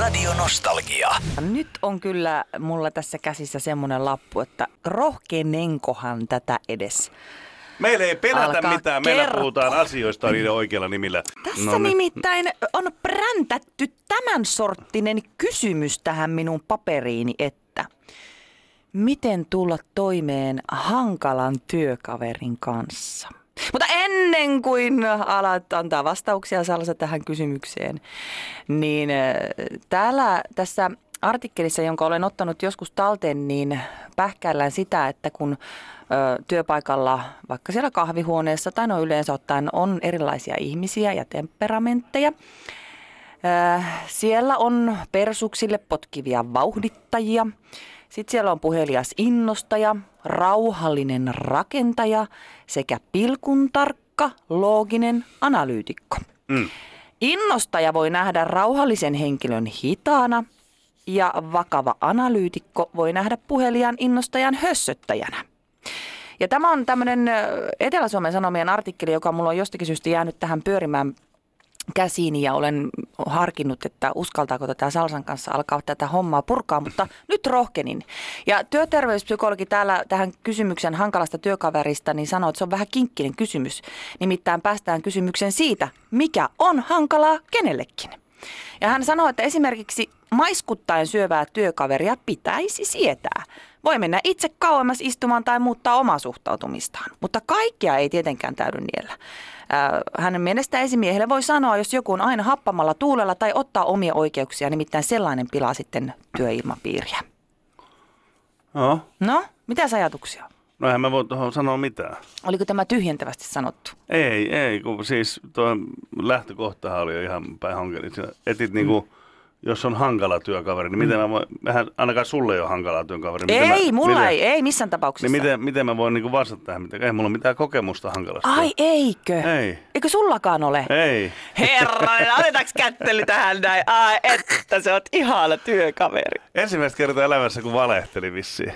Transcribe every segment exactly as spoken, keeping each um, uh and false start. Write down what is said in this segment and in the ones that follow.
Radio Nostalgia. Nyt on kyllä mulla tässä käsissä semmoinen lappu, että rohkenenkohan tätä edes. Meillä ei pelätä Alkaa mitään, meillä kertoa. puhutaan asioista niiden oikeilla nimillä. Tässä No, nimittäin on präntätty tämän sorttinen kysymys tähän minun paperiini, että miten tulla toimeen hankalan työkaverin kanssa? Mutta ennen kuin alat antaa vastauksia Salsa tähän kysymykseen, niin täällä tässä artikkelissa, jonka olen ottanut joskus talteen, niin pähkäillään sitä, että kun ö, työpaikalla, vaikka siellä kahvihuoneessa tai no yleensä ottaen on erilaisia ihmisiä ja temperamentteja, ö, siellä on persuksille potkivia vauhdittajia. Sitten siellä on puhelias innostaja, rauhallinen rakentaja sekä pilkuntarkka, looginen analyytikko. Mm. Innostaja voi nähdä rauhallisen henkilön hitaana ja vakava analyytikko voi nähdä puheliaan innostajan hössöttäjänä. Ja tämä on tämmöinen Etelä-Suomen Sanomien artikkeli, joka mulla on jostakin syystä jäänyt tähän pyörimään käsiini ja olen harkinnut, että uskaltaako tätä Salsan kanssa alkaa tätä hommaa purkaa, mutta nyt rohkenin. Ja työterveyspsykologi täällä tähän kysymyksen hankalasta työkaverista niin sanoo, että se on vähän kinkkinen kysymys. Nimittäin päästään kysymykseen siitä, mikä on hankalaa kenellekin. Ja hän sanoo, että esimerkiksi maiskuttaen syövää työkaveria pitäisi sietää. Voi mennä itse kauemmas istumaan tai muuttaa omaa suhtautumistaan, mutta kaikkia ei tietenkään täydy niellä. Hänen mielestä esimiehelle voi sanoa, jos joku on aina happamalla tuulella tai ottaa omia oikeuksia, nimittäin sellainen pilaa sitten työilmapiiriä. No, No, mitäs ajatuksia? no eihän mä voi tuohon sanoa mitään. Oliko tämä tyhjentävästi sanottu? Ei, ei, kun siis tuo lähtökohtahan oli jo ihan päin hankeli. Etit niinku, jos on hankala työkaveri, niin miten mä voin, vähän, ainakaan sulle ei ole hankalaa työkaveri. Miten Ei, mä, mulla miten, ei, ei missään tapauksessa. Niin miten, miten mä voin niinku vastata tähän? Ei mulla ole mitään kokemusta hankalasta. Ai eikö? Ei. Eikö sullakaan ole? Ei. Herranen, otetaanko kättely tähän näin? Ai, että sä oot ihana työkaveri. Ensimmäistä kertaa elämässä, kun valehteli vissiin.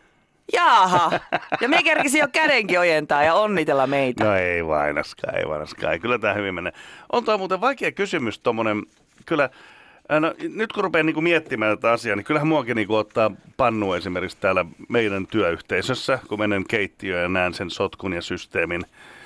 Jaaha. Ja me kerkisi jo kädenkin ojentaa ja onnitella meitä. No ei vainaskaan, ei vainaskaan. Kyllä tämä hyvin menee. On tuo muuten vaikea kysymys tommonen, kyllä, no, nyt kun rupean niinku miettimään tätä asiaa, niin kyllähän muakin niinku ottaa pannu esimerkiksi täällä meidän työyhteisössä, kun menen keittiöön ja näen sen sotkun ja systeemin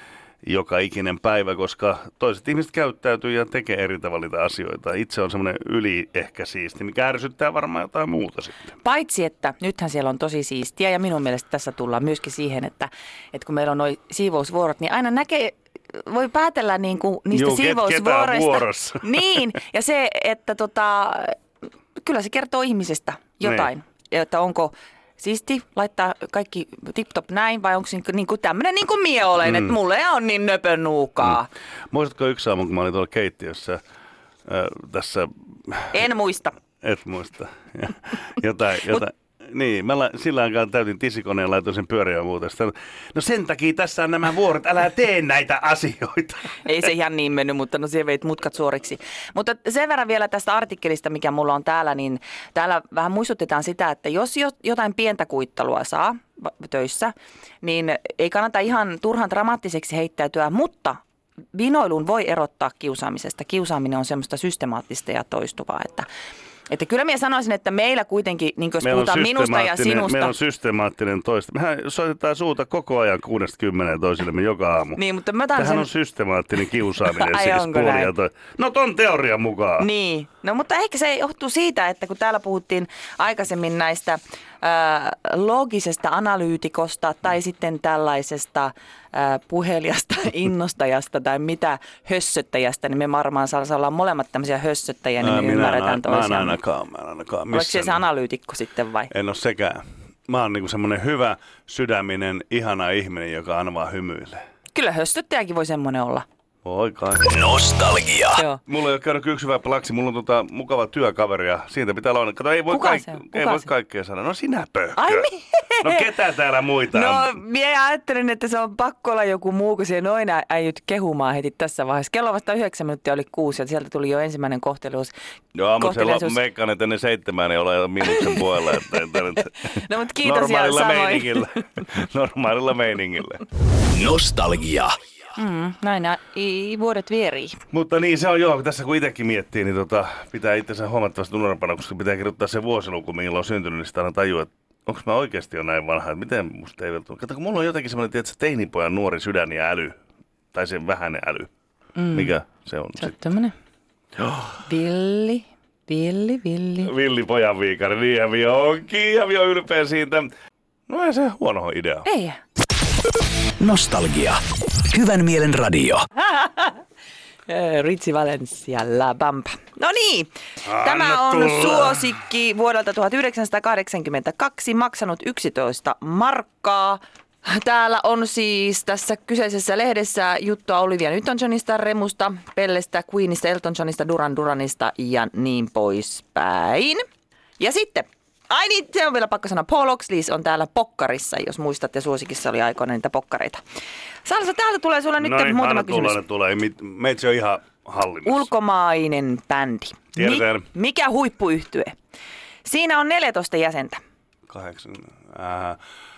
joka ikinen päivä, koska toiset ihmiset käyttäytyy ja tekee eri tavalla niitä asioita. Itse on semmoinen yli ehkä siisti, mikä ärsyttää varmaan jotain muuta sitten. Paitsi, että nythän siellä on tosi siistiä ja minun mielestä tässä tullaan myöskin siihen, että, että kun meillä on nuo siivousvuorot, niin aina näkee, voi päätellä niin kuin niistä Juu, siivousvuoroista. vuorossa. Niin, ja se, että tota, kyllä se kertoo ihmisestä jotain, niin. Että onko siisti laittaa kaikki tip-top näin vai onko se niin kuin tämmöinen niin kuin mie olen, mm. että mulle on niin nöpön nuukaa. Mm. Muistatko yksi aamu, kun mä olin tuolla keittiössä äh, tässä... En muista. Et muista. jotain, jotain. Niin, mä la, sillä aikaan täytin tisikoneen ja laitoin sen pyöriä ja muuta. Sitten, no sen takia tässä on nämä vuorot, älä tee näitä asioita. Ei se ihan niin mennyt, mutta no siellä veit mutkat suoriksi. Mutta sen verran vielä tästä artikkelista, mikä mulla on täällä, niin täällä vähän muistutetaan sitä, että jos jotain pientä kuittelua saa töissä, niin ei kannata ihan turhan dramaattiseksi heittäytyä, mutta vinoilun voi erottaa kiusaamisesta. Kiusaaminen on semmoista systemaattista ja toistuvaa, että Että kyllä minä sanoisin, että meillä kuitenkin, niin jos meillä puhutaan minusta ja sinusta. Meillä on systemaattinen toista. Mehän soitetaan suuta koko ajan kuudesta kymmeneen toisillemme joka aamu. Niin, mutta mä Tähän sen... on systemaattinen kiusaaminen. Ai, siis onko näin? toi... No ton teorian mukaan. Niin, no mutta ehkä se johtuu siitä, että kun täällä puhuttiin aikaisemmin näistä ää, loogisesta analyytikosta tai sitten tällaisesta ää, puhelijasta, innostajasta tai mitä hössöttäjästä, niin me varmaan saa olla molemmat tämmöisiä hössöttäjiä, niin me minä ymmärretään toisiaan. Mä en ainakaan, mä en ainakaan. Oliko se se analyytikko sitten vai? En ole sekään. Mä oon niinku semmoinen hyvä, sydäminen, ihana ihminen, joka aina vaan hymyilee. Kyllä hössöttäjäkin voi semmoinen olla. Voi kai. Nostalgia. Joo. Mulla ei ole käynyt yksi hyvä plaksi. Mulla on tota mukava työkaveri ja siitä pitää olla. Kato, ei voi, Kuka kaik- se on? Kuka ei voi se? kaikkea sanoa. No sinä pöhkö. Ai mi- No ketä täällä muita No, on? minä ajattelin, että se on pakko olla joku muu, kun se noin äijyt kehumaan heti tässä vaiheessa. Kello on vasta yhdeksän minuuttia oli kuusi ja sieltä tuli jo ensimmäinen kohtelius. Joo, mutta se kohteliaisuus. meikkaan, että ennen seitsemään ei ole minuksen puolella. Että, että, että, No, mutta kiitos ja normaalilla samoin. meiningillä. Normaalilla meiningillä. Nostalgia. Mm, näin nää i- vuodet vierii. Mutta niin se on joo, tässä kun itsekin miettii, niin tota, pitää itsensä huomattavasti nuorempana, koska pitää kirjoittaa se vuosiluku, milloin on syntynyt, niin sitä aina tajua, että onko mä oikeasti jo näin vanha, että miten musta ei vielä tule. Kato, kun mulla on jotenkin semmoinen, tiedätkö, teinipojan nuori sydän ja äly, tai sen vähäinen äly. Mm. Mikä se on Se on sitten? tämmönen villi, villi, villi. Villi pojan viikari, niin ja vi onkin, ja vi on ylpeä siitä. No ei se huono idea. Ei. Nostalgia. Hyvän mielen radio. Ritsi Valencia, La Bamba. No niin, Anna tämä on tulla. suosikki vuodelta tuhatyhdeksänsataakahdeksankymmentäkaksi, maksanut yksitoista markkaa. Täällä on siis tässä kyseisessä lehdessä juttua Olivia Newton-Johnista, Remusta, Pellestä, Queenista, Elton Johnista, Duran Duranista ja niin poispäin. Ja sitten, ai niin, se on vielä pakko sanoa, Paul Oxleys on täällä pokkarissa, jos muistatte, suosikissa oli aikoina niitä pokkareita. Salsa, täältä tulee sulle nyt Noin, muutama anna kysymys. tulla, tulee. Meitsi on ihan hallinnassa. Ulkomainen bändi. Tiedetään. mikä huippuyhtye? Siinä on neljätoista jäsentä. Kahdeksan. Äh,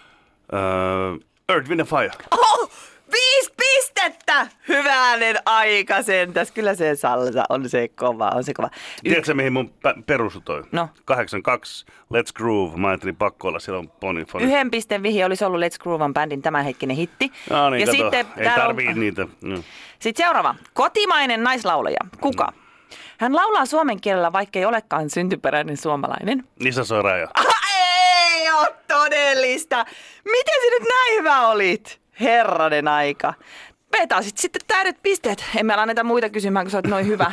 Uh, Earth, Wind and Fire. Oh, viisi pistettä! Hyvänen aika sentäs. Kyllä se salsa on se kova, on se kova. Y- Tiedätkö mihin mun pä- perustui toi? No. kahdeksankymmentäkaksi, Let's Groove. Mä ajattelin pakko olla, siellä on poni. poni. Yhden pisten vihi olisi ollut Let's Groovan bändin tämänhetkinen hitti. No niin, ja kato, sitten ei täällä tarvii on... niitä. No. Sitten seuraava. Kotimainen naislaulaja. Kuka? Mm. Hän laulaa suomen kielellä, vaikka ei olekaan syntyperäinen suomalainen. Nisa Soraja. Ei ole todellista. Miten sä nyt näin hyvä olit? Herranen aika. Petasit sitten täydet pisteet. Emme ala näitä muita kysymään, kun sä oot noin hyvä.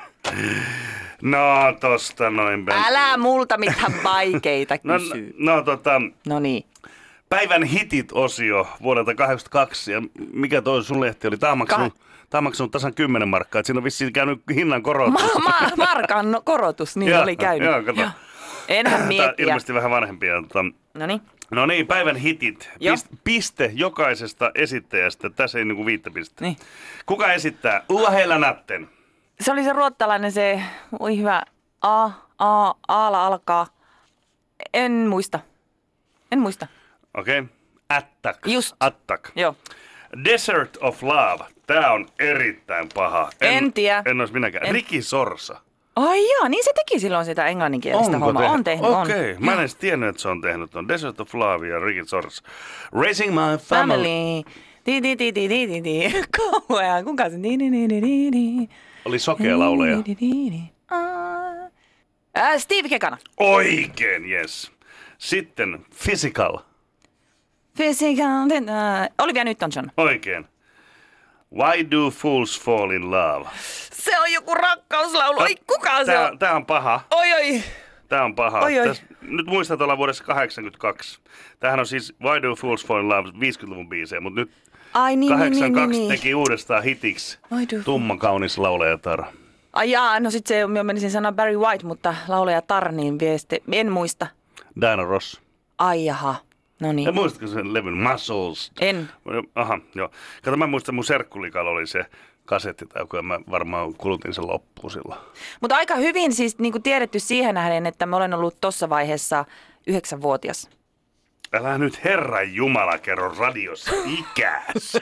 No tosta noin. Ben. Älä multa mitään vaikeita No, kysyä. no tota, No niin. päivän hitit-osio vuodelta kahdeksankymmentäkaksi. Ja mikä toi sun lehti oli? Tää on maksanut, tää on maksanut tasan kymmenen markkaa. Et siinä on vissiin käynyt hinnan korotus. Ma- ma- markan no- korotus, niin Joo, oli käynyt. joo, kato. Joo. Enhän Tää miettiä. ilmeisesti vähän vanhempia. Tota, No niin. no niin, päivän hitit. Joo. Piste, piste jokaisesta esittäjästä. Tässä ei niinku viittä pistettä. Niin. Kuka esittää? Ulla Heillä Natten. Se oli se ruottalainen se, oi hyvä, A, A, Aala alkaa. En muista. En muista. Okei. Okay. Attack. Just. Attack. Joo. Desert of Love. Tää on erittäin paha. En tiedä. En olisi minäkään. En. Ricky Sorsa. Ai jaa, niin se teki silloin sitä englanninkielistä hommaa. tehnyt? On tehnyt, on. Okei, okay. Mä en edes tiennyt, että se on tehnyt ton. Desert of Love ja Ricky Sorsa. Raising My Family. Family. Di, di, di, di, di, di, di. Kauhean. Kuka se? Di, di, di, di, di, di. Oli sokea lauleja. Di, di, di, di. Ah. Äh, Steve Kekana. Oikein, yes. Sitten Physical. Physical. Uh, Olivia Newton-John. Oikein. Why Do Fools Fall in Love? Se on joku rakkauslaulu. Oi, kuka se Tää, on? tää on paha. Oi, oi. Tää on paha. Oi, oi. Täs, nyt muistat olla vuodessa kahdeksankymmentäkaksi. Tämähän on siis Why Do Fools Fall in Love viisikymmentäluvun biisejä, mutta nyt Ai niin, niin, niin, kahdeksankymmentäkaksi niin, niin. teki uudestaan hitiksi Why do Tumma kaunis laulajatar. Ai jaa, no sit se, mä menisin sanoa Barry White, mutta laulaja Tarniin viesti. En muista. Diana Ross. Ai jaha. No Ja niin. muistatko sen levyn Muscles? En. Aha, joo. Kato, mä muistan, mun serkkulikalla oli se kasetti, tai kun mä varmaan kulutin sen loppuun silloin. Mutta aika hyvin siis niin kuin tiedetty siihen nähden, että mä olen ollut tossa vaiheessa yhdeksänvuotias. Älä nyt Herran Jumala kerro radiossa ikääs.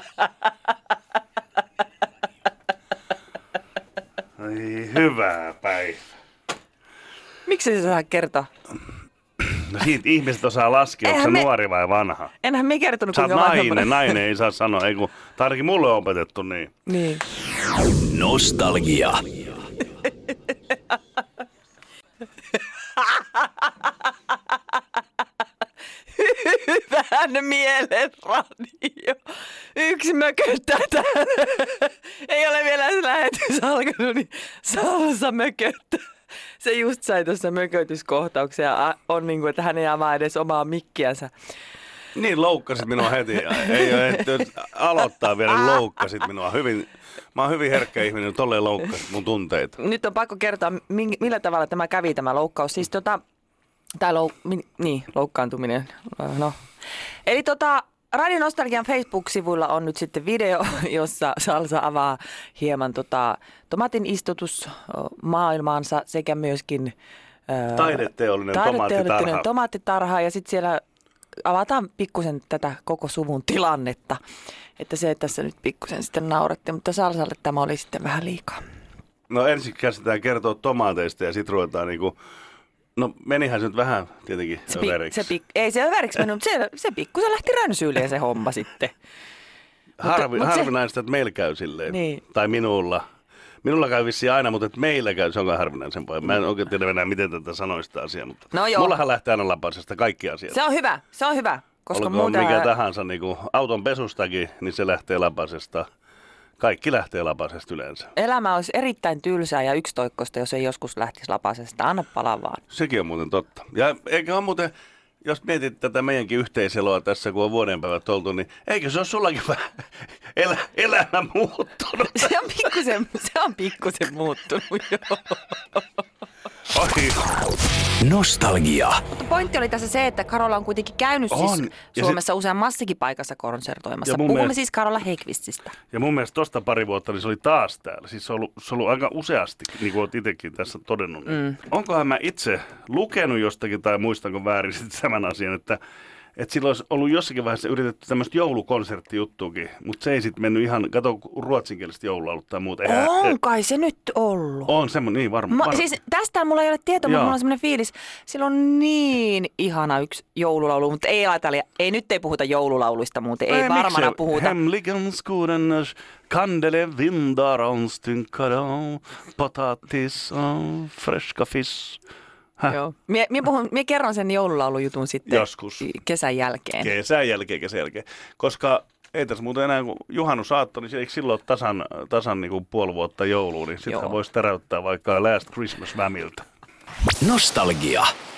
Ai hyvää päivää. Miksi sä saa kertoa? No siitä ihmiset osaa laskea, onko Eihän se me- nuori vai vanha. Enhän me kertonut, Sä oot kuinka vanha mä nainen, olen. nainen ei saa sanoa, ei kun, tai ainakin mulle on opetettu niin. Niin. Nostalgia. Hyvän mielen radio. Yksi mököttää täällä. Ei ole vielä se lähetys alkanut, niin Salsa mököttää. Se just sai tuossa mökötyskohtauksen ja on niin kuin, että hän ei avaa edes omaa mikkiänsä. Niin loukkasit minua heti. Ei ole ehtinyt aloittaa vielä, niin loukkasit minua. Hyvin, mä oon hyvin herkkä ihminen, tolleen loukkasit mun tunteita. Nyt on pakko kertoa, mi- millä tavalla tämä kävi tämä loukkaus. Siis tota, tää lou- mi- niin, loukkaantuminen. No. Eli tota, Radio Nostalgian Facebook-sivuilla on nyt sitten video, jossa Salsa avaa hieman tota, tomaatin istutusmaailmaansa sekä myöskin ää, Taideteollinen taideteollinen tomaattitarha. tomaattitarha ja sitten siellä avataan pikkusen tätä koko suvun tilannetta. Että se tässä nyt pikkusen sitten nauratti, mutta Salsalle tämä oli sitten vähän liikaa. No ensin käsitetään kertoa tomaateista ja sitten ruvetaan niinku... No menihän se nyt vähän tietenkin se pi- överiksi. Se pi- ei se överiksi mennyt, mutta se, se pikkusen lähti rönsyyliin se homma sitten. Harvi, mutta se- harvinaista, että meillä käy silleen. Niin. Tai minulla. Minulla käy vissiin aina, mutta että meillä käy, se onkaan harvinaisempaa. Mä en oikein tiedä enää, miten tätä sanoisi sitä asiaa, mutta No joo. mullahan lähtee aina lapasesta kaikki asiat. Se on hyvä, se on hyvä. Koska Olkoon muuta... mikä tahansa, niin kuin auton pesustakin, niin se lähtee lapasesta. Kaikki lähtee lapasesta yleensä. Elämä olisi erittäin tylsää ja yksitoikkoista, jos ei joskus lähtisi lapasesta. Anna palaa vaan. Sekin on muuten totta. Ja eikä ole muuten, jos mietit tätä meidänkin yhteiseloa tässä, kun on vuodenpäivät oltu, niin eikö se ole sullakin vähän elä, elämä muuttunut? Se on pikkusen, se on pikkusen muuttunut, joo. Oi. Nostalgia. Mutta pointti oli tässä se, että Karola on kuitenkin käynyt On. siis Ja Suomessa useammassakin paikassa konsertoimassa. Ja mun Puhumme mielestä- siis Karola Heiqvististä. Ja mun mielestä tosta pari vuotta niin se oli taas täällä. Siis se on ollut, se on ollut aika useasti, niin kuin olet itsekin tässä todennut. Mm. Onkohan mä itse lukenut jostakin tai muistanko väärin sitten tämän asian, että että silloin olisi ollut jossakin vaiheessa yritetty tämmöistä joulukonserttijuttuakin, mutta se ei sitten mennyt ihan, kato ruotsinkielistä joululaulut tai muuta. Eihän- On kai se nyt ollut. On semmoinen, niin varmaan. Ma, Var... siis tästä mulla ei ole tietoa, mutta Joo. mulla on semmoinen fiilis. Sillä on niin ihana yksi joululaulu, mutta ei ajatella, ei nyt ei puhuta joululauluista muuten, ei varmana puhuta. Hemligen skodeners kandele vindar anstynkade potatis och färska fisk. Häh? Joo. Mie, mie, puhun, mie kerron sen joululaulujutun sitten Joskus. kesän jälkeen. Kesän jälkeen, kesän jälkeen. Koska ei tässä muuten enää, kun juhannusaatto, niin eikö silloin ole tasan, tasan niin kuin puoli vuotta jouluun, niin sittenhän Joo. voisi täräyttää vaikka Last Christmas Vämiltä. Nostalgia.